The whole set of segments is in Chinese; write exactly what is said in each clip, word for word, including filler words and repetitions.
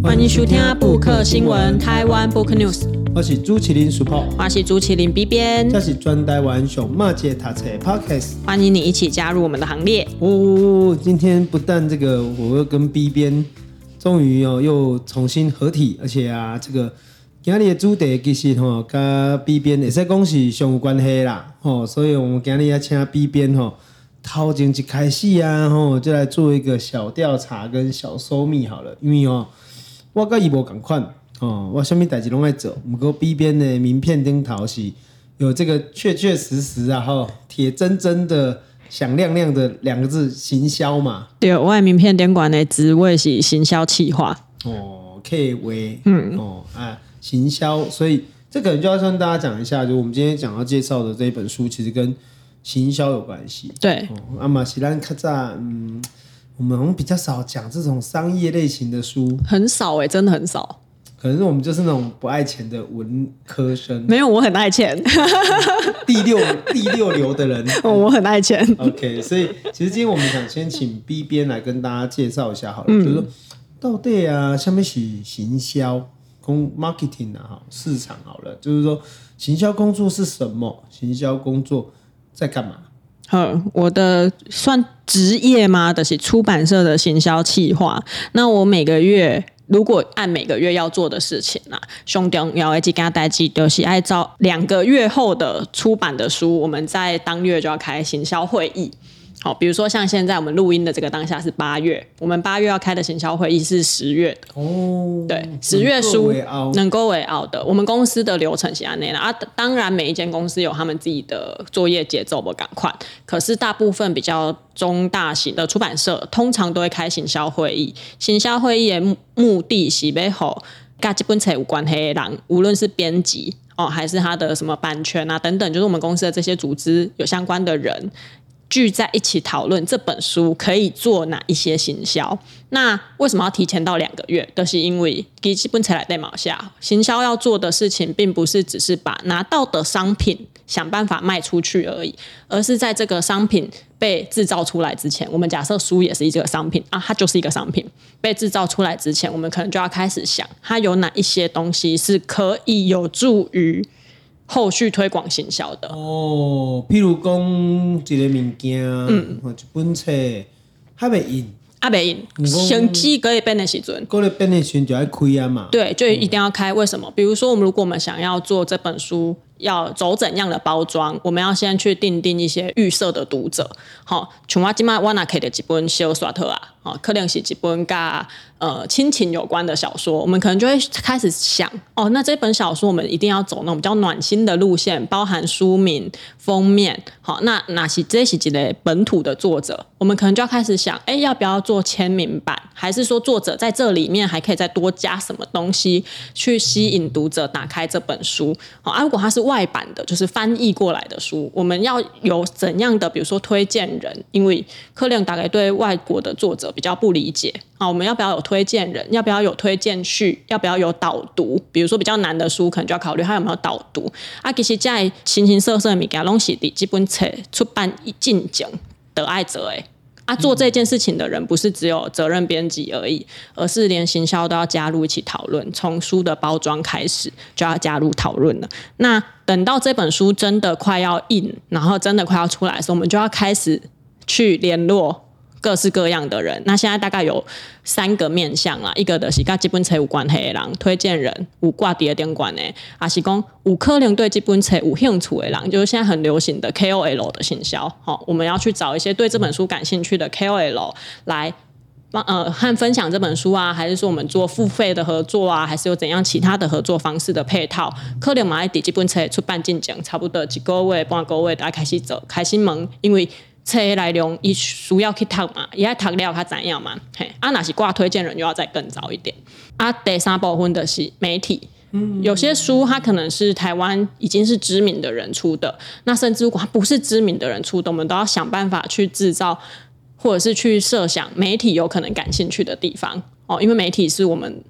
欢迎收听布克新闻台湾 Book News， 我是朱麒麟 Super， 我是朱麒麟 B 编， 这是专台湾上马街读册 Podcast， 欢迎你一起加入我们的行列。 哦，今天不但这个我又跟 B 编终于、哦、又重新合体，而且啊，这个今天的主题其实吼跟 B 编也是讲是相有关系啦，吼、哦，所以我们今天要请 B 编吼。头前一开始啊，吼就来做一个小调查跟小搜密好了，因为哦，我跟伊无同款哦，我什么代志拢爱做，不过 B 编的名片顶头是有这个确确实实啊，吼铁铮铮的响亮亮的两个字行销嘛。 对，我的名片顶管的职位是行销企划。 哦 ，K 为嗯哦啊行销，所以这可能就要跟大家讲一下，就我们今天讲要介绍的这一本书，其实跟行销有关系。 对， 哦，啊嘛是咱较早嗯，我们好像比较少讲这种商业类型的书， 很少哎、欸，真的很少。 可能是我们就是那种不爱钱的文科生。 没有，我很爱钱。 第六第六流的人， 我很爱钱。 OK， 所以其实今天我们想先请 B 编来跟大家介绍一下好了，嗯、就是说到底啊，下面是行销，公 marketing 啊，市场好了，就是说行销工作是什么？行销工作在干嘛？ 嗯，我的算职业吗？的、就是出版社的行销企划。那我每个月如果按每个月要做的事情啦，上重要的一件代志就是按照两个月后的出版的书，我们在当月就要开行销会议。好，比如说像现在我们录音的这个当下是八月，我们八月要开的行销会议是十月的。 哦， 对，十月书能够为傲的。我们公司的流程是这样啊，当然每一间公司有他们自己的作业节奏不赶快，可是大部分比较中大型的出版社通常都会开行销会议。行销会议的目的是要让跟这本书有关系的人，无论是编辑哦，还是他的什么版权啊等等，就是我们公司的这些组织有相关的人。聚在一起讨论这本书可以做哪一些行销。那为什么要提前到两个月？就是因为基本才来对毛下行销要做的事情，并不是只是把拿到的商品想办法卖出去而已，而是在这个商品被制造出来之前，我们假设书也是一个商品啊，它就是一个商品被制造出来之前，我们可能就要开始想，它有哪一些东西是可以有助于后续推广行销的哦，譬如讲一个物件，嗯，一本册还没印， 啊没印，成绩可以变的时阵， 可以变的时阵就要开啊嘛。 对，就一定要开。为什么？比如说，我们如果我们想要做这本书，要走怎样的包装，我们要先去定定一些预设的读者。好，像我今麦我拿开的几本小说特啊，哦，可能是几本跟呃亲情有关的小说，我们可能就会开始想，哦，那这本小说我们一定要走那种比较暖心的路线，包含书名、封面。好，那哪是这是一个本土的作者，我们可能就要开始想，哎，要不要做签名版，还是说作者在这里面还可以再多加什么东西，去吸引读者打开这本书。好啊，如果它是外版的，就是翻译过来的书，我们要有怎样的，比如说推荐人，因为可能大概对外国的作者比较不理解啊，我们要不要有推荐人？要不要有推荐序？要不要有导读？比如说比较难的书，可能就要考虑它有没有导读啊。其实在形形色色的物件，拢是伫这本册出版进前的爱做的。啊，做这件事情的人不是只有责任编辑而已，而是连行销都要加入一起讨论，从书的包装开始就要加入讨论了。那等到这本书真的快要印，然后真的快要出来的时候，我们就要开始去联络各式各样的人。那现在大概有三个面向啦，一个就是跟这本册有关系的人，推荐人有挂第二点关的，还是讲有可能对这本册有兴趣的人，就是现在很流行的 K O L 的行销。好，我们要去找一些对这本书感兴趣的 K O L 来呃和分享这本书啊，还是说我们做付费的合作啊，还是有怎样其他的合作方式的配套？可能嘛，在这本册出版进前差不多一个月、半个月，大家开始做开始问，因为册的内容伊需要去读嘛，伊爱读了较知影嘛。嘿，啊，若是挂推荐人，就要再更早一点。啊，第三部分的是媒体。嗯，有些书它可能是台湾已经是知名的人出的，那甚至如果它不是知名的人出的，我们都要想办法去制造，或者是去设想媒体有可能感兴趣的地方哦，因为媒体是我们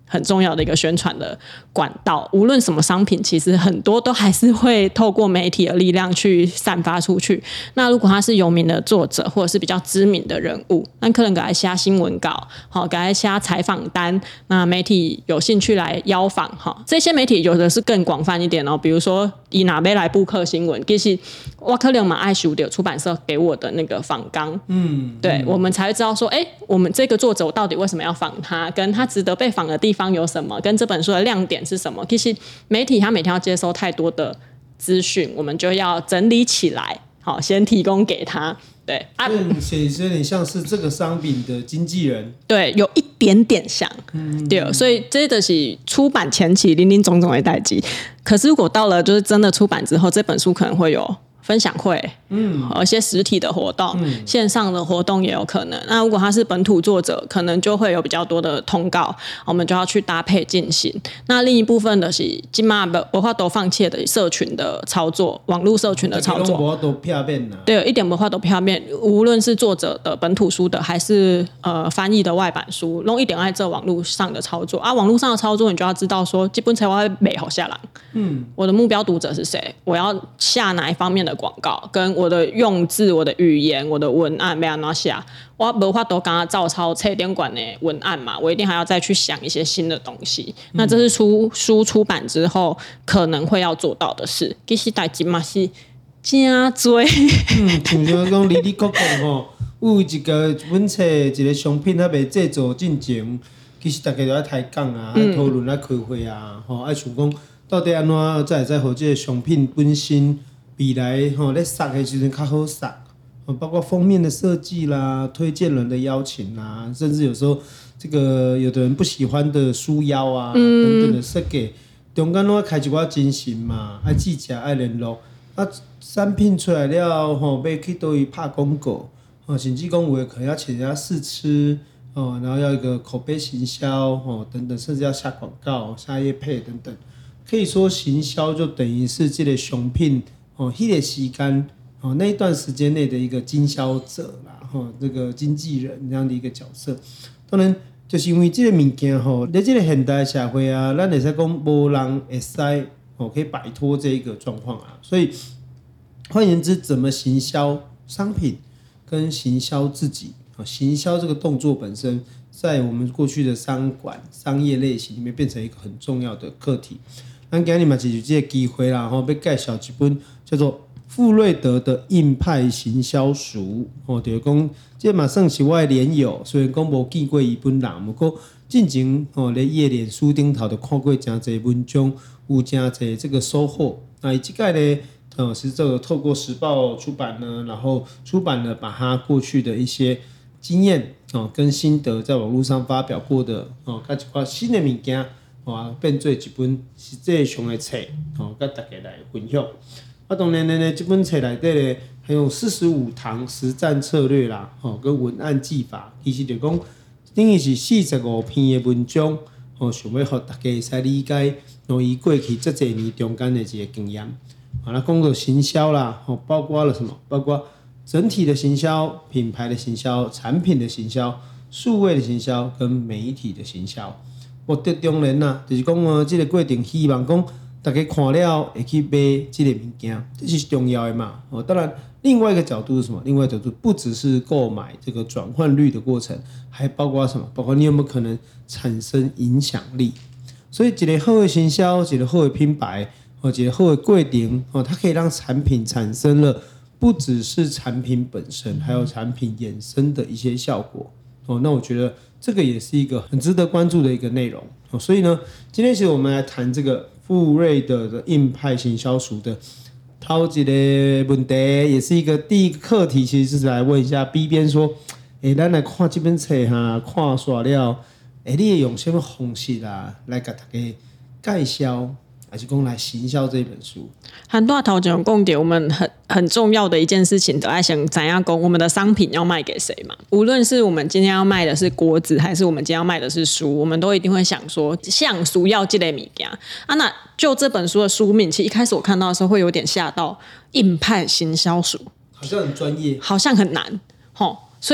很重要的一个宣传的管道。无论什么商品，其实很多都还是会透过媒体的力量去散发出去。那如果他是有名的作者或者是比较知名的人物，那可能给他下新闻稿，好，给他下采访单，那媒体有兴趣来邀访，哈，这些媒体有的是更广泛一点哦，比如说以哪边来布克新闻，其实我可能嘛爱收到出版社给我的那个访纲，嗯，对，嗯，我们才会知道说，哎，我们这个作者我到底为什么要访他，跟他值得被访的地方有什么，跟这本书的亮点是什么。其实媒体他每天要接收太多的资讯，我们就要整理起来，好，先提供给他。对，啊， 所以有点像是这个商品的经纪人， 对，有一点点像，嗯，对，所以这就是出版前期林林总总的代际。可是如果到了就是真的出版之后，这本书可能会有分享会，嗯，有一些实体的活动，嗯，线上的活动也有可能。那如果他是本土作者，可能就会有比较多的通告，我们就要去搭配进行。那另一部分的是今嘛不法都放弃的社群的操作，网络社群的操作，对，一点不法都片面。无论是作者的本土书的，还是呃翻译的外版书，弄一点爱这网络上的操作啊。网络上的操作，你就要知道说，基本才会美好下来。嗯，我的目标读者是谁？我要下哪一方面的广告，跟我的用字、我的语言、我的文案要怎么写，我没法都刚刚照抄册典馆的文案嘛，我一定还要再去想一些新的东西。嗯，那这是出书出版之后可能会要做到的事。其实代志嘛是真多。 嗯，像像讲你你国讲吼，有一个一本册一个商品还未制作进前，其实大家都在抬杠啊，爱讨论、爱开会啊，吼，爱想讲到底安怎才会使互这个商品本身未来吼咧杀的时阵较好杀，包括封面的设计啦、推荐人的邀请啦，甚至有时候这个有的人不喜欢的书腰啊、嗯、等等的设计，中间拢要开一寡精神嘛，爱记者爱联络，啊，产品出来了吼，要去倒位拍广告，哦，甚至讲有的可能要请人家试吃，哦，然后要一个口碑行销，哦，等等，甚至要下广告、下业配等等。可以说行销就等于是这个商品哦，迄个时间哦，那一段时间内的一个经销者啦，吼，这个经纪人这样的一个角色。当然，就是因为这个物件吼，在这个现代社会啊，咱会使讲无人会使哦，可以摆脱这一个状况啊。所以换言之，怎么行销商品跟行销自己，行销这个动作本身，在我们过去的商管商业类型里面变成一个很重要的课题。咱今日嘛，就是这个机会啦，吼，要介绍一本叫做富瑞德的硬派行销书，吼，就是讲这嘛算是我的连友，虽然讲无见过伊本人，不过进前吼咧伊的脸书顶头就看过真侪文章，有真侪这个收获。那伊即届咧，呃，是这个透过时报出版呢，然后出版了把他过去的一些经验哦跟心得，在网络上发表过的哦，甲一寡新的物件。哦，变做一本实际上的册，哦，甲大家来分享。啊，当然呢，这本册内底咧，还有四十五堂实战策略啦，哦，跟文案技法，其实就讲等于是四十五篇的文章，哦，想要互大家会使理解，哦，伊过去这几年中间的一个经验。啊，那讲到行销啦，哦，包括了什么？包括整体的行销、品牌的行销、产品的行销、数位的行销跟媒体的行销。目的当然啦，就是讲哦，这个过程希望讲大家看了会去买这个物件，这是重要的嘛。哦，当然，另外一个角度是什么？另外一个角度不只是购买这个转换率的过程，还包括什么？包括你有没有可能产生影响力？所以，一个好的行销，一个好的品牌，哦，一个好的过程，哦，它可以让产品产生了不只是产品本身，还有产品衍生的一些效果。哦，那我觉得这个也是一个很值得关注的一个内容。哦，所以呢，今天其实我们来谈这个富瑞德的硬派行销书的头一个问题，也是一个第一个课题，其实是来问一下 B 边说，诶，咱来看这本册哈，看煞了，诶，你会用什么方式啦，来给大家介绍？还是讲来行销这本书， 很多头前讲到我们很很重要的一件事情，都要想怎样讲我们的商品要卖给谁嘛。无论是我们今天要卖的是锅子，还是我们今天要卖的是书，我们都一定会想说，像书要这类物件啊。那就这本书的书名，其实一开始我看到的时候会有点吓到，硬派行销书， 好像很专业， 好像很难，吼。所以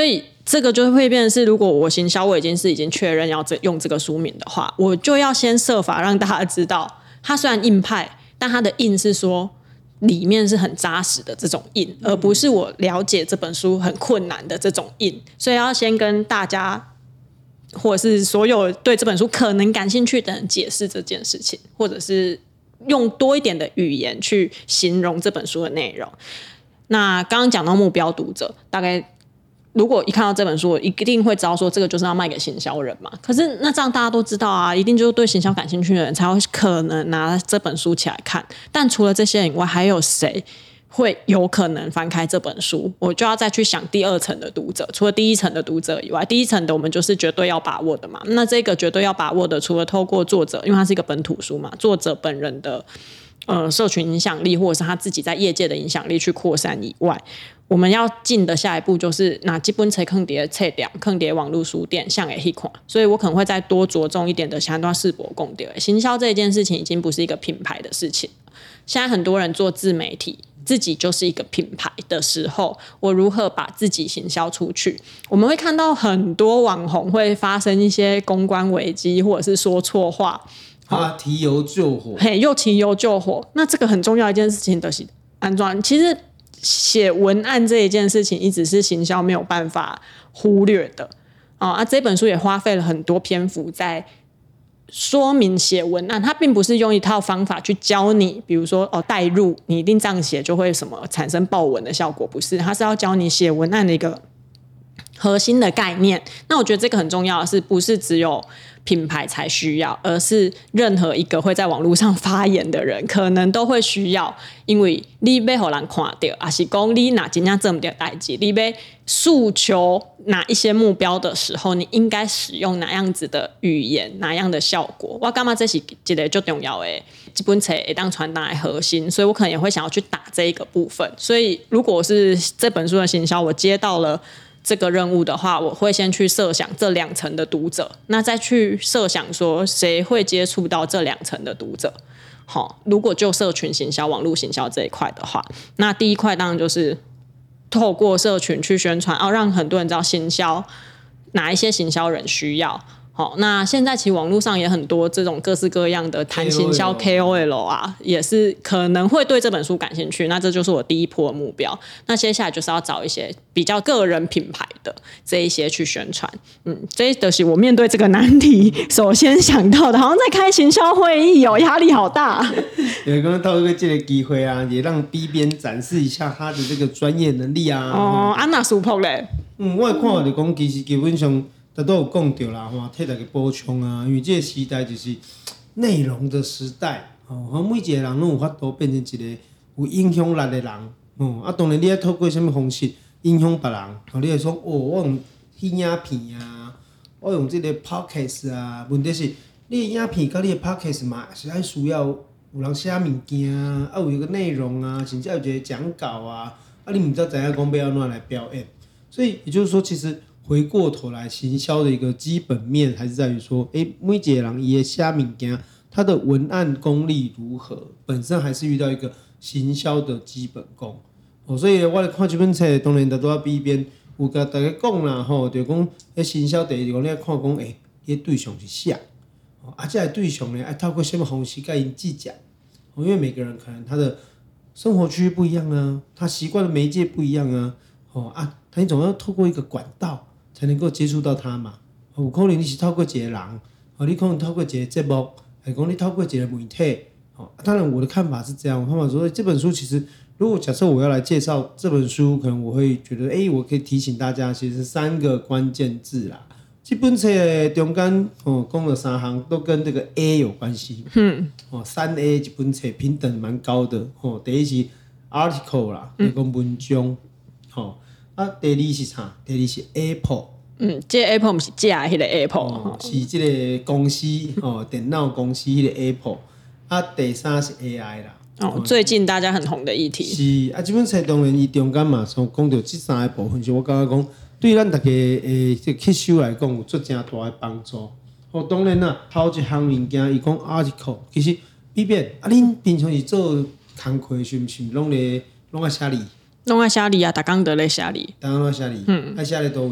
这个就会变成是，如果我行销我已经是已经确认要这用这个书名的话，我就要先设法让大家知道，它虽然硬派，但它的硬是说里面是很扎实的这种硬，而不是我了解这本书很困难的这种硬。所以要先跟大家或者是所有对这本书可能感兴趣的人解释这件事情，或者是用多一点的语言去形容这本书的内容。那刚刚讲到目标读者，大概如果一看到这本书，我一定会知道说这个就是要卖给行销人嘛。可是那这样大家都知道啊，一定就是对行销感兴趣的人才会可能拿这本书起来看。但除了这些以外，还有谁会有可能翻开这本书？我就要再去想第二层的读者。除了第一层的读者以外，第一层的我们就是绝对要把握的嘛。那这个绝对要把握的，除了透过作者，因为它是一个本土书嘛，作者本人的呃社群影响力，或者是他自己在业界的影响力去扩散以外，我们要进的下一步就是拿这本册坑碟册点坑碟网络书店像诶一款，所以我可能会再多着重一点的相关世博共丢。行销这一件事情已经不是一个品牌的事情，现在很多人做自媒体自己就是一个品牌的时候，我如何把自己行销出去？我们会看到很多网红会发生一些公关危机，或者是说错话， 啊，提油救火， 嘿，又提油救火。那这个很重要一件事情就是安装。其实写文案这一件事情一直是行销没有办法忽略的、哦、啊，这本书也花费了很多篇幅在说明写文案，它并不是用一套方法去教你，比如说哦代入，你一定这样写就会什么产生爆文的效果，不是，它是要教你写文案的一个核心的概念。那我觉得这个很重要的是，不是只有品牌才需要，而是任何一个会在网络上发言的人可能都会需要，因为你要让人看到，还是说你哪真正做不到的事情，你要诉求哪一些目标的时候，你应该使用哪样子的语言，哪样的效果。我觉得这是一个最重要的这本册会当传达的核心，所以我可能也会想要去打这一个部分。所以如果是这本书的行销，我接到了这个任务的话，我会先去设想这两层的读者，那再去设想说谁会接触到这两层的读者。好，如果就社群行销、网络行销这一块的话，那第一块当然就是透过社群去宣传，哦，让很多人知道行销哪一些行销人需要。好，那现在其实网络上也很多这种各式各样的谈行销 K O L 啊，也是可能会对这本书感兴趣。那这就是我第一波的目标。那接下来就是要找一些比较个人品牌的这一些去宣传。嗯，这就是我面对这个难题首先想到的，好像在开行销会议哦，压力好大。 有刚刚透过这个机会啊，也让 B 边展示一下他的这个专业能力啊。 哦，安娜苏破嘞。 嗯，我的看法就讲，其实基本上。大家都有讲到啦，吼，替大家补充啊，因为这个时代就是内容的时代，吼，每一个人拢有法度变成一个有影响力的人，吼，啊，当然你要透过什么方式影响别人，吼，你会说，哦，我用影片啊，我用这个 podcast 啊，问题是你的影片跟你的 podcast 嘛，是爱需要有人写物件啊，啊有一个内容啊，甚至有一个讲稿啊，啊，你唔知知影讲要安怎来表演，所以也就是说，其实。回过头来，行销的一个基本面还是在于说，哎，每一个人伊的写物件，他的文案功力如何，本身还是遇到一个行销的基本功。哦，所以我来看这本册，当然大多比边有甲大家讲啦，吼，就讲迄行销第一个，你要看讲，哎，伊的对象是谁？哦，啊，这个对象呢，爱透过什么方式甲因计价？哦，因为每个人可能他的生活区域不一样啊，他习惯的媒介不一样啊，哦啊，他你总要透过一个管道。才能够接触到他嘛？有可能你是透过一个人，哦，你可能透过一个节目，还讲你透过一个媒体，哦，当然我的看法是这样，我看法说这本书其实，如果假设我要来介绍这本书，可能我会觉得，哎，我可以提醒大家，其实三个关键字啦。这本册的中间哦讲了三行，都跟这个 A 有关系。嗯，哦，三 A 这本册平等蛮高的。哦，第一是 article 啦，就讲文章，哦。啊，第二是啥？第二是 Apple。 嗯，这個 Apple 不是假迄個 Apple，、 哦、是这个公司哦，电脑公司迄个 Apple。啊，第三是 A I 啦。 哦，最近大家很红的议题。 是啊，这本册当然伊中间嘛，所讲到这三个部分，是我感觉讲对咱大家诶这吸收来讲有做真大的帮助。哦，当然啦，头一项物件伊讲 article， 其实比变啊，恁平常是做工课是毋是拢咧拢爱写字？ 拢爱写字啊，逐工都咧写字。 逐工拢爱写字，嗯，爱写咧倒位？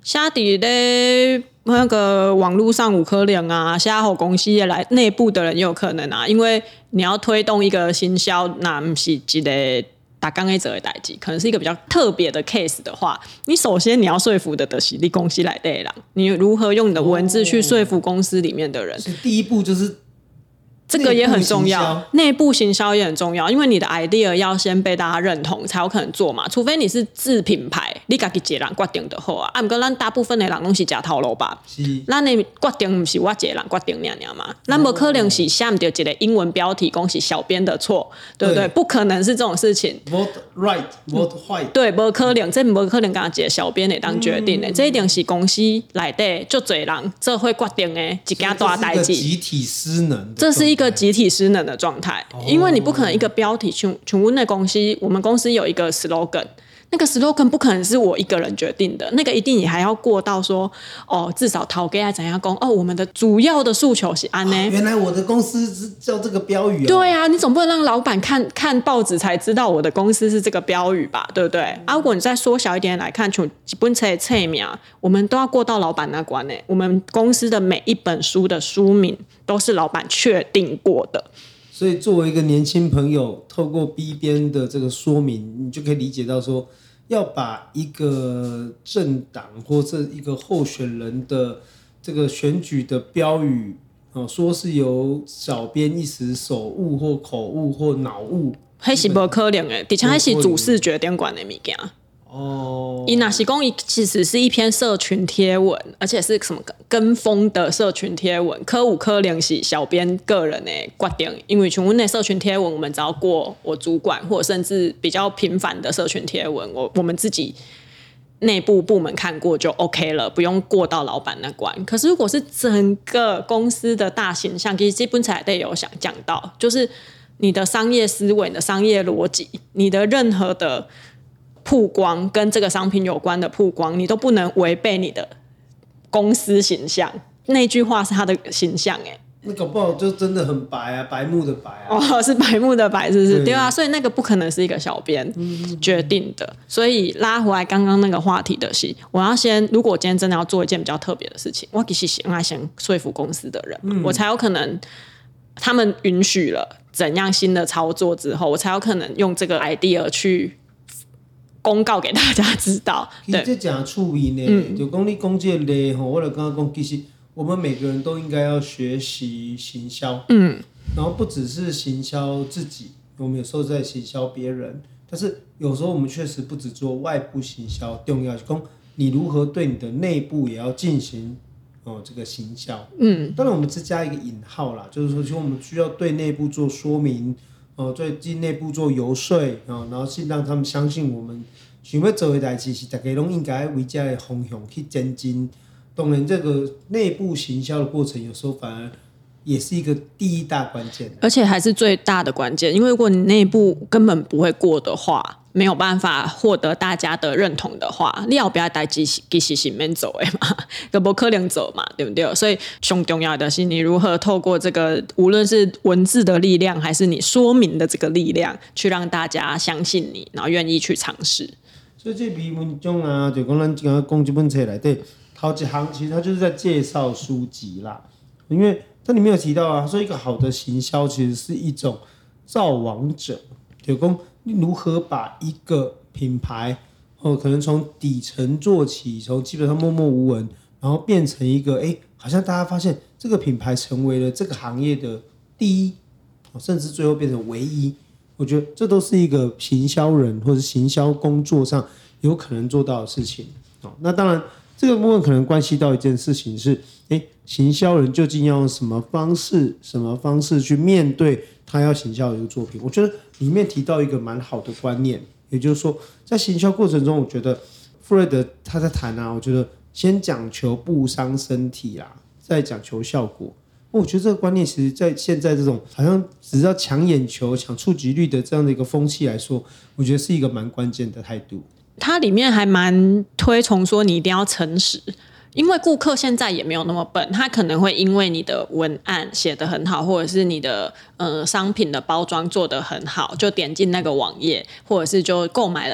写伫咧那个网络上有可能啊，写给公司的来内部的人也有可能啊，因为你要推动一个行销，那不是一个打刚 A 者的代志，可能是一个比较特别的 case 的话，你首先你要说服的就是你公司内的人，你如何用你的文字去说服公司里面的人？ 所以第一步就是这个也很重要，内部行销也很重要，因为你的 idea 要先被大家认同，才有可能做嘛。除非你是自品牌，你自己一个人决定就好啊。啊，不过咱大部分的人都是吃头路吧？ 是， 咱的决定不是我一个人决定尔尔嘛，咱不可能是写不到一个英文标题，讲是小编的错，对不对？对，不可能是这种事情。 Vote right, vote white。 对，不可能，这不可能跟一个小编来当决定的，嗯、这一定是公司内底就多人这会决定的一件大代志。 集体失能， 这是一个集体失能的状态，哦、因为你不可能一个标题，像像我们公司，我们公司有一个 slogan， 那个 slogan 不可能是我一个人决定的，那个一定也还要过到说，哦，至少头家怎样讲，哦，我们的主要的诉求是安呢、啊。 原来我的公司是叫这个标语、哦。 对啊，你总不能让老板看看报纸才知道我的公司是这个标语吧，对不对？啊，如果你再缩小一点来看，从几本册的册名，我们都要过到老板那关呢。我们公司的每一本书的书名都是老板确定过的。 所以作为一个年轻朋友，透过 B 编的这个说明，你就可以理解到说，要把一个政党或者一个候选人的这个选举的标语，哦，说是由小编一时手误或口误或脑误， 那是不可能的，而且那是主视觉点管的物件。 哦， 伊那是讲，伊其实是一篇社群贴文，而且是什么跟风的社群贴文，可有可能是小编个人的决定，因为像我们的社群贴文，我们只要过我主管，或者甚至比较频繁的社群贴文，我我们自己内部部门看过就 OK 了，不用过到老板那关。可是如果是整个公司的大形象，其实基本才得有想讲到，就是你的商业思维、你的商业逻辑、你的任何的曝光跟这个商品有关的曝光，你都不能违背你的公司形象。那句话是他的形象哎、欸， 那搞不好就真的很白啊，白目的白啊。 哦，是白目的白，是不是？对, 对啊，所以那个不可能是一个小编决定的。嗯、所以拉回来刚刚那个话题的是，我要先，如果我今天真的要做一件比较特别的事情，我其实先要先说服公司的人，嗯、我才有可能他们允许了怎样新的操作之后，我才有可能用这个 idea 去公告给大家知道。 其实这讲趣味呢，嗯、就讲你讲这个类吼，我就刚刚讲，其实我们每个人都应该要学习行销，嗯，然后不只是行销自己，我们有时候在行销别人，但是有时候我们确实不只做外部行销，重要是讲你如何对你的内部也要进行哦这个行销，嗯，当然我们只加一个引号啦，就是说，其实我们需要对内部做说明。哦，对进内部做游说，哦，然后是让他们相信我们想要做的代志是大家都应该为这个方向去前进。当然，这个内部行销的过程有时候反而也是一个第一大关键， 而且还是最大的关键。因为如果你内部根本不会过的话，没有办法获得大家的认同的话，你要不要代志其实是免走的嘛，就不可能走嘛，对不对？所以最重要的是你如何透过这个，无论是文字的力量，还是你说明的这个力量，去让大家相信你，然后愿意去尝试。 所以这篇文章啊，就讲咱刚刚讲这本册内底头一行，其实它就是在介绍书籍啦，因为这里面有提到啊，说一个好的行销其实是一种造王者，就讲你如何把一个品牌，哦，可能从底层做起，从基本上默默无闻，然后变成一个，哎，好像大家发现这个品牌成为了这个行业的第一，甚至最后变成唯一。我觉得这都是一个行销人或者行销工作上有可能做到的事情。那当然，这个部分可能关系到一件事情是，哎，行销人究竟要用什么方式、什么方式去面对他要行销的一个作品？我觉得里面提到一个蛮好的观念，也就是说，在行销过程中，我觉得弗瑞德他在谈啊，我觉得先讲求不伤身体啦，再讲求效果。我觉得这个观念，其实在现在这种好像只要抢眼球、抢触及率的这样的一个风气来说，我觉得是一个蛮关键的态度。 它里面还蛮推崇说你一定要诚实，因为顾客现在也没有那么笨，他可能会因为你的文案写得很好，或者是你的呃商品的包装做得很好，就点进那个网页，或者是就购买了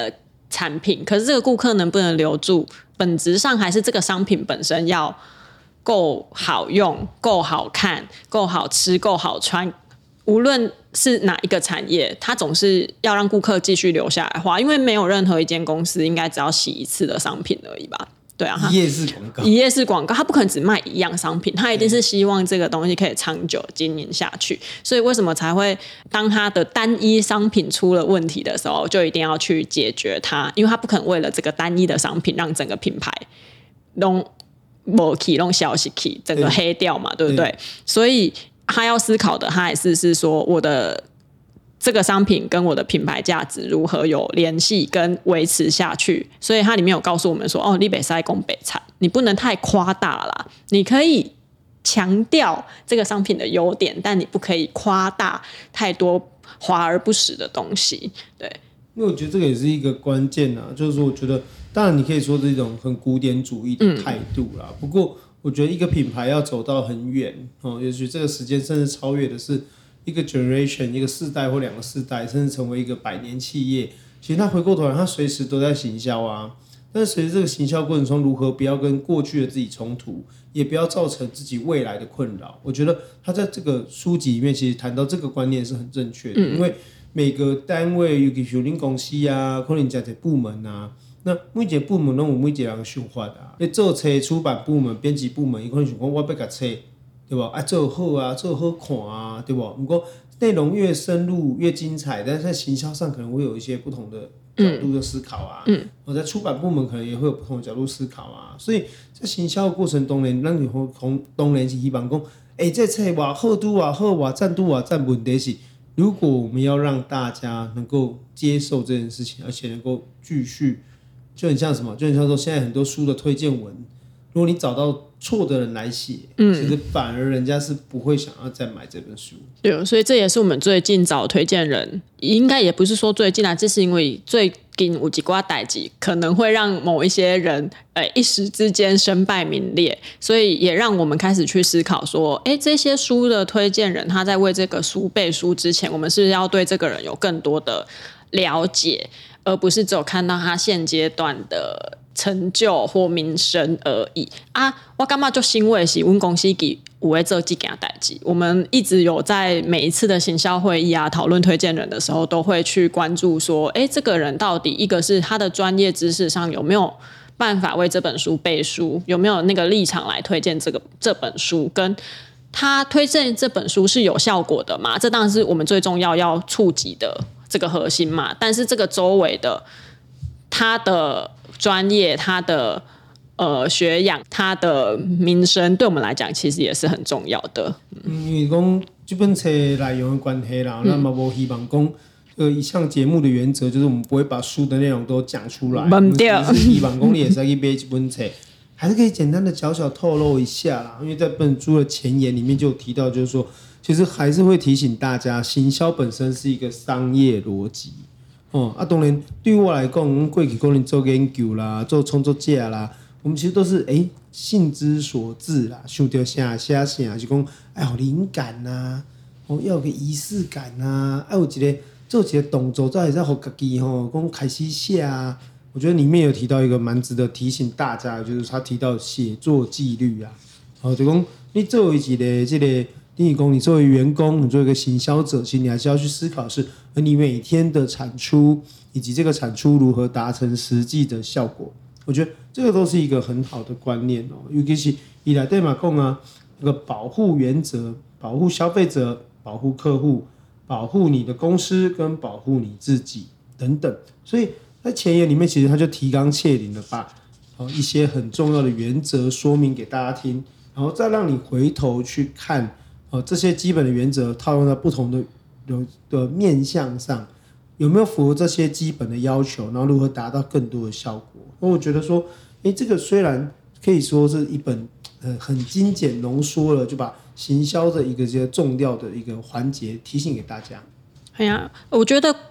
产品，可是这个顾客能不能留住，本质上还是这个商品本身要够好用、够好看、够好吃、够好穿。无论是哪一个产业，它总是要让顾客继续留下来花，因为没有任何一间公司应该只要洗一次的商品而已吧？对啊， 一页式广告， 一页式广告，它不可能只卖一样商品，它一定是希望这个东西可以长久经营下去。所以为什么才会当它的单一商品出了问题的时候，就一定要去解决它？因为它不可能为了这个单一的商品让整个品牌弄没起、弄消息起，整个黑掉嘛，对不对？所以他要思考的，他还是是说我的这个商品跟我的品牌价值如何有联系跟维持下去。所以它里面有告诉我们说，哦，你北塞攻北产，你不能太夸大啦，你可以强调这个商品的优点，但你不可以夸大太多华而不实的东西。对， 因为我觉得这个也是一个关键啊，就是说，我觉得当然你可以说这种很古典主义的态度啦，嗯、不过我觉得一个品牌要走到很远哦，也许这个时间甚至超越的是一个 generation， 一个世代或两个世代，甚至成为一个百年企业。其实他回过头来，他随时都在行销啊。但是随着这个行销过程中，如何不要跟过去的自己冲突，也不要造成自己未来的困扰，我觉得他在这个书籍里面其实谈到这个观念是很正确的。嗯、因为每个单位，尤其是你公司啊，可能一个部门啊。那每一个部门都有每一个人的想法啊。你做册出版部门、编辑部门，伊可能想讲我要甲册，对吧？啊，做好啊，做好看啊，对吧？不过内容越深入越精彩，但是在行销上可能会有一些不同的角度的思考啊。嗯。我在出版部门可能也会有不同的角度思考啊。所以在行销的过程中呢，咱就从当然是希望讲，哎、欸，这册偌好拄偌好，偌赞拄偌赞，问题是，如果我们要让大家能够接受这件事情，而且能够继续。就很像什么？就很像说，现在很多书的推荐文，如果你找到错的人来写，嗯，其实反而人家是不会想要再买这本书。 对，所以这也是我们最近找推荐人，应该也不是说最近啊，这是因为最近有几挂代志可能会让某一些人，呃，一时之间身败名裂，所以也让我们开始去思考说，哎，这些书的推荐人他在为这个书背书之前，我们是不是要对这个人有更多的了解？而不是只有看到他现阶段的成就或名声而已啊！我感觉就欣慰是，我们公司给有在做这件代志。我们一直有在每一次的行销会议啊，讨论推荐人的时候，都会去关注说，哎，这个人到底一个是他的专业知识上有没有办法为这本书背书，有没有那个立场来推荐这个这本书，跟他推荐这本书是有效果的嘛？这当然是我们最重要要触及的。这个核心嘛，但是这个周围的他的专业、他的呃学养、他的名声，对我们来讲其实也是很重要的。 嗯，因为讲这本册内容的关系啦，那么我希望讲，呃，一项节目的原则就是我们不会把书的内容都讲出来， 我们只是希望讲你也是去买这本册，还是可以简单的小小透露一下啦。因为在本书的前言里面就有提到，就是说。其实还是会提醒大家，行销本身是一个商业逻辑。哦，啊，当然对我来讲，过去可能做研究啦，做创作者啦，我们其实都是哎兴之所至啦，想到啥写啥，就讲哎有灵感呐、啊，哦要有个仪式感呐、啊，哎有一个做一个动作，才会使互家己吼讲开始写啊。我觉得里面有提到一个蛮值得提醒大家的，就是他提到写作纪律啊，哦就讲你作为一个这个。你讲你作为员工，你作为一个行销者，其实你还是要去思考是，而你每天的产出以及这个产出如何达成实际的效果。我觉得这个都是一个很好的观念哦。尤其是以来对嘛讲啊，这个保护原则、保护消费者、保护客户、保护你的公司跟保护你自己等等。所以在前言里面，其实他就提纲挈领的把一些很重要的原则说明给大家听，然后再让你回头去看。哦，这些基本的原则套用在不同的的面向上，有没有符合这些基本的要求？然后如何达到更多的效果？我觉得说，哎，这个虽然可以说是一本呃很精简浓缩了，就把行销的一个这些重要的一个环节提醒给大家。 哎呀，我觉得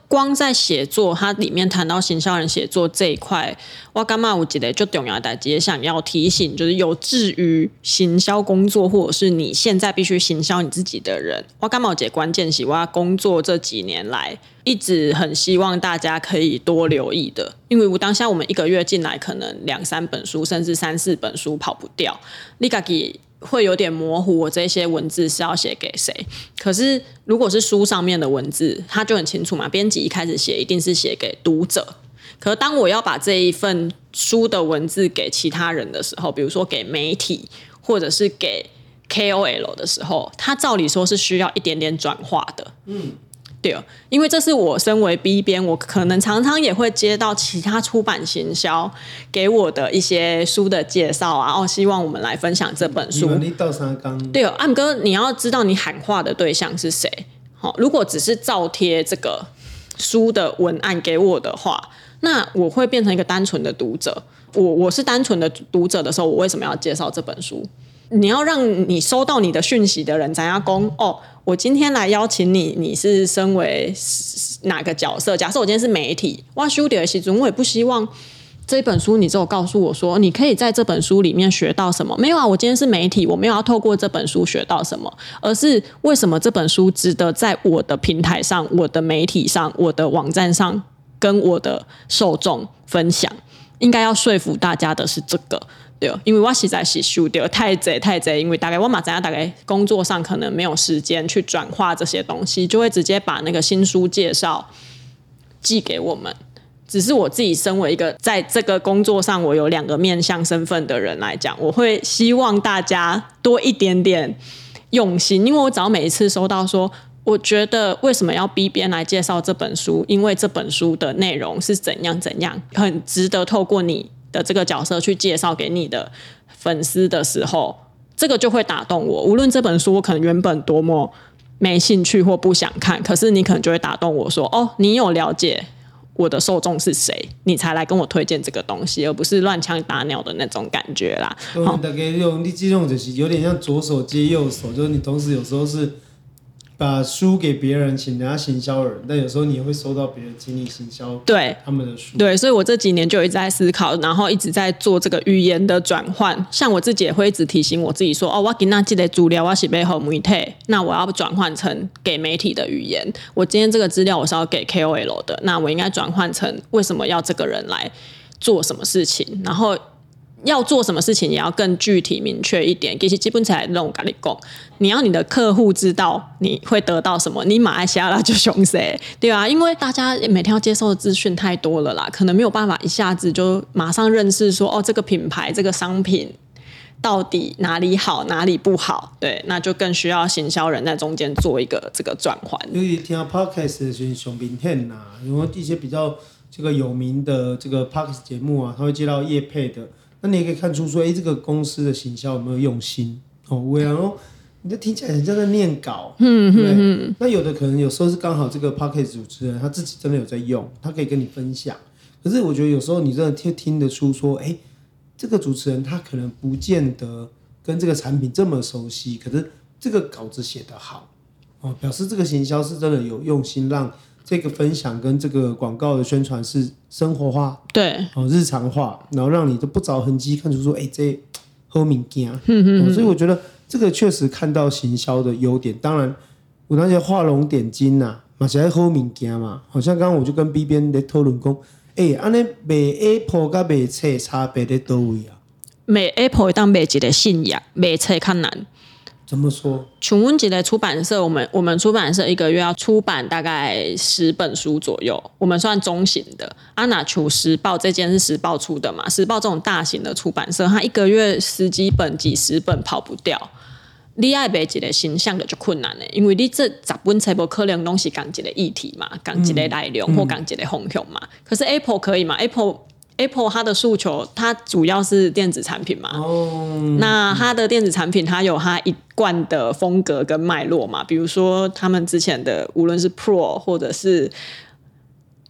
光在写作，它里面谈到行销人写作这一块，我感觉有一个最重要的代志想要提醒，就是有志于行销工作，或者是你现在必须行销你自己的人，我感觉有一个关键是我工作这几年来一直很希望大家可以多留意的，因为我当下我们一个月进来可能两三本书，甚至三四本书跑不掉，你自己会有点模糊我这些文字是要写给谁。可是如果是书上面的文字，它就很清楚嘛，编辑一开始写一定是写给读者。可是当我要把这一份书的文字给其他人的时候，比如说给媒体或者是给 K O L 的时候，它照理说是需要一点点转化的。嗯，对，因为这是我身为 B 编，我可能常常也会接到其他出版行销给我的一些书的介绍啊，哦，希望我们来分享这本书。 你到三缸对，暗哥，你要知道你喊话的对象是谁。好，如果只是照贴这个书的文案给我的话，那我会变成一个单纯的读者。我我是单纯的读者的时候，我为什么要介绍这本书？你要让你收到你的讯息的人咱要说哦，我今天来邀请你，你是身为哪个角色？假设我今天是媒体，我收到的时候，我也不希望这本书你只有告诉我说你可以在这本书里面学到什么。没有啊，我今天是媒体，我没有要透过这本书学到什么，而是为什么这本书值得在我的平台上、我的媒体上、我的网站上跟我的受众分享。应该要说服大家的是这个。对，因为我实在是受到太济太济，因为大概我嘛知道大概工作上可能没有时间去转化这些东西，就会直接把那个新书介绍寄给我们。只是我自己身为一个在这个工作上我有两个面向身份的人来讲，我会希望大家多一点点用心，因为我只要每一次收到说我觉得为什么要逼编来介绍这本书，因为这本书的内容是怎样怎样，很值得透过你的这个角色去介绍给你的粉丝的时候，这个就会打动我。无论这本书我可能原本多么没兴趣或不想看，可是你可能就会打动我说哦，你有了解我的受众是谁，你才来跟我推荐这个东西，而不是乱枪打鸟的那种感觉啦。 嗯，大概用你这种就是有点像左手接右手，就是你同时有时候是把书给别人，请人家行销人，但有时候你也会收到别人请你行销对他们的书。 对，所以我这几年就一直在思考，然后一直在做这个语言的转换。像我自己也会一直提醒我自己说，哦，我今天这个资料我是要给媒体，那我要转换成给媒体的语言。我今天这个资料我是要给 K O L 的，那我应该转换成为什么要这个人来做什么事情，然后要做什么事情也要更具体明确一点。其实基本上那种跟你讲，你要你的客户知道你会得到什么，你马来西亚就凶谁，对啊，因为大家每天要接受的资讯太多了啦，可能没有办法一下子就马上认识说哦，这个品牌这个商品到底哪里好哪里不好，对，那就更需要行销人在中间做一个这个转换。 因为听 podcast 的时候上明显啊，因为一些比较这个有名的这个 podcast 节目啊，他会接到业配的。那你也可以看出说，哎，这个公司的行销有没有用心？哦，我然后你就听起来很像在念稿，嗯对嗯嗯。那有的可能有时候是刚好这个 podcast 主持人他自己真的有在用，他可以跟你分享。可是我觉得有时候你真的听听得出说，哎，这个主持人他可能不见得跟这个产品这么熟悉，可是这个稿子写得好，哦，表示这个行销是真的有用心让这个分享跟这个广告的宣传是生活化， 对， 哦，日常化，然后让你都不着痕迹看出说，哎，这好物件，嗯嗯，所以我觉得这个确实看到行销的优点。当然，有那些画龙点睛呐，嘛是爱好物件嘛。好像刚刚我就跟 B 编在讨论讲，哎，安尼卖 Apple 跟卖册差别在哪位啊？ 卖 Apple 会当卖一个信仰，卖册较难。 怎么说？ 像我们一个出版社，我们我们出版社一个月要出版大概十本书左右，我们算中型的。啊，那像时报这间是时报出的嘛？时报这种大型的出版社，它一个月十几本、几十本跑不掉。你要卖一个形象的就困难嘞，因为你这十本册不可能拢是讲一个议题嘛，讲一个内容、嗯、或讲一个方向嘛。可是 Apple 可以嘛 ？Apple Apple 它的诉求，它主要是电子产品嘛，哦，那它的电子产品它有它一贯的风格跟脉络嘛，比如说他们之前的无论是 Pro 或者是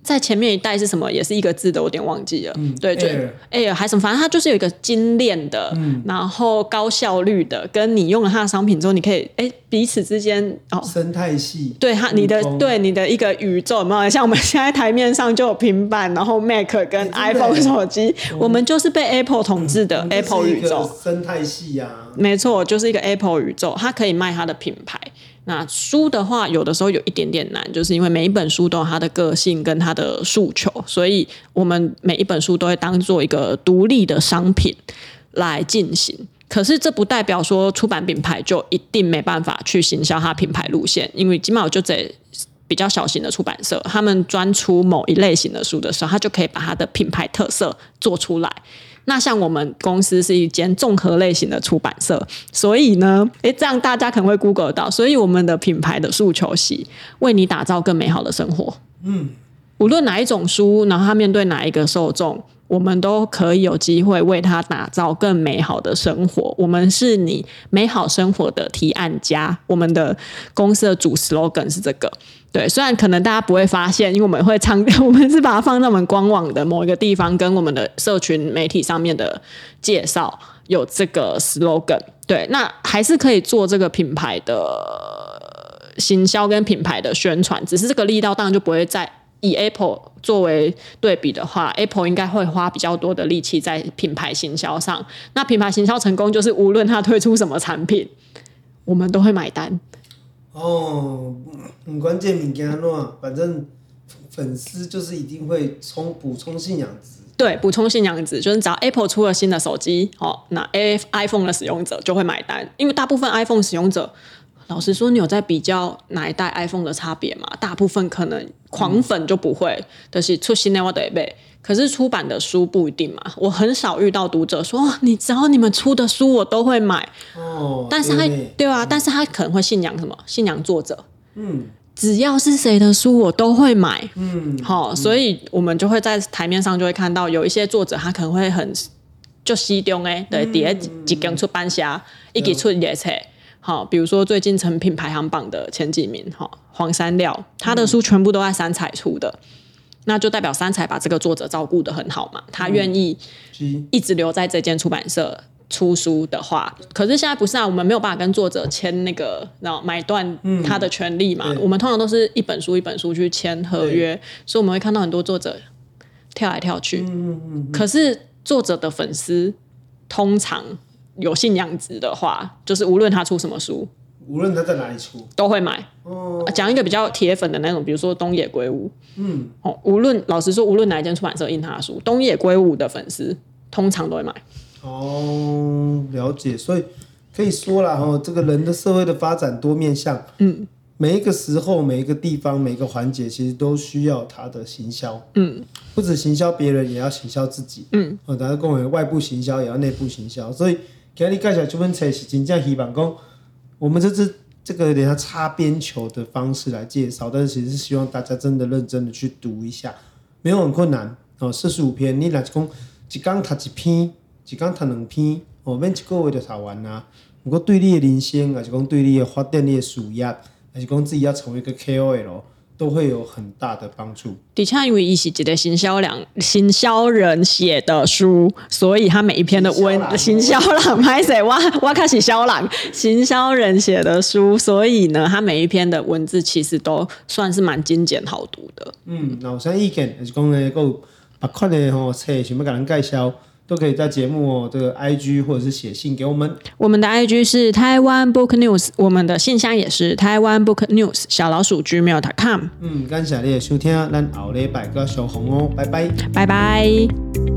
在前面一代是什么，也是一个字的，我有点忘记了。嗯，对，就 Air Air 还是什么，反正它就是有一个精炼的，嗯、然后高效率的，跟你用了它的商品之后，你可以哎彼此之间哦， 生态系， 对它你的对你的一个宇宙，有没有？像我们现在台面上就有平板，然后 Mac 跟 iPhone 手机，我们就是被 Apple 统治的、嗯、Apple 宇宙生态系啊， 没错，就是一个 Apple 宇宙，它可以卖它的品牌。那书的话，有的时候有一点点难，就是因为每一本书都有它的个性跟它的诉求，所以我们每一本书都会当做一个独立的商品来进行。可是这不代表说出版品牌就一定没办法去行销它品牌路线，因为起码我就这比较小型的出版社，他们专出某一类型的书的时候，他就可以把它的品牌特色做出来。那像我们公司是一间综合类型的出版社，所以呢，诶，这样大家可能会 Google 到，所以我们的品牌的诉求是为你打造更美好的生活。嗯，无论哪一种书，然后它面对哪一个受众，我们都可以有机会为他打造更美好的生活。我们是你美好生活的提案家，我们的公司的主 slogan 是这个。对，虽然可能大家不会发现，因为我们会唱，我们是把它放在我们官网的某一个地方，跟我们的社群媒体上面的介绍有这个 slogan。对，那还是可以做这个品牌的行销跟品牌的宣传，只是这个力道当然就不会在以 Apple 作为对比的话， Apple 应该会花比较多的力气在品牌行销上。那品牌行销成功，就是无论它推出什么产品，我们都会买单。 哦，不管这物件怎，反正粉丝就是一定会充补充信仰值。 对，补充信仰值，就是只要 Apple 出了新的手机，哦，那 iPhone 的使用者就会买单，因为大部分 iPhone 使用者，老实说，你有在比较哪一代 iPhone 的差别吗？大部分可能狂粉就不会，就是出新的我得买。可是出版的书不一定嘛，我很少遇到读者说，哦，你只要你们出的书我都会买。哦，但是他对啊，但是他可能会信仰什么？信仰作者。嗯，只要是谁的书我都会买。嗯，好、哦，所以我们就会在台面上就会看到有一些作者他可能会很就西中哎，对，底下一间出版社一起出野册。好，比如说最近成品排行榜的前几名，黄山料，他的书全部都在三彩出的。那就代表三彩把这个作者照顾得很好嘛，他愿意一直留在这间出版社出书的话，可是现在不是啊，我们没有办法跟作者签那个然后买断他的权利嘛、嗯、我们通常都是一本书一本书去签合约，所以我们会看到很多作者跳来跳去、嗯嗯嗯、可是作者的粉丝通常有信仰值的话，就是无论他出什么书， 无论他在哪里出都会买。讲、哦、一个比较铁粉的那种，比如说东野圭吾，嗯，哦，无论老实说，无论哪一间出版社印他的书，东野圭吾的粉丝通常都会买。 哦，了解，所以可以说啦，哦，这个人的社会的发展多面向，嗯，每一个时候、每一个地方、每一个环节，其实都需要他的行销，嗯，不止行销别人，也要行销自己，嗯，哦，大家跟我外部行销，也要内部行销，所以今天介绍这本册是真正希望讲，我们这次。这个有点像擦边球的方式来介绍，但是其实是希望大家真的认真的去读一下，没有很困难哦。四十五篇，你若是讲一天读一篇，一天读两篇，哦，免一个月就读完啦。不过对你的人生，还是讲对你的发展、你的事业，还是讲自己要成为一个 K O L， 都会有很大的帮助。 的确，因为他是一个行销人，行销人写的书，所以他每一篇的文行销人拍谁？我我开始销人，行销人写的书，所以呢，他每一篇的文字其实都算是蛮精简好读的。 嗯，那有啥意见，还是讲呢，有别款的吼册想要给人介绍，都可以在节目哦这个 I G 或者是写信给我们。 我们的 I G 是台湾 Book News， 我们的信箱也是台湾 Book News 小老鼠 gmail dot com。 嗯，感谢你的收听，咱后礼拜再相逢哦，拜拜， 拜拜。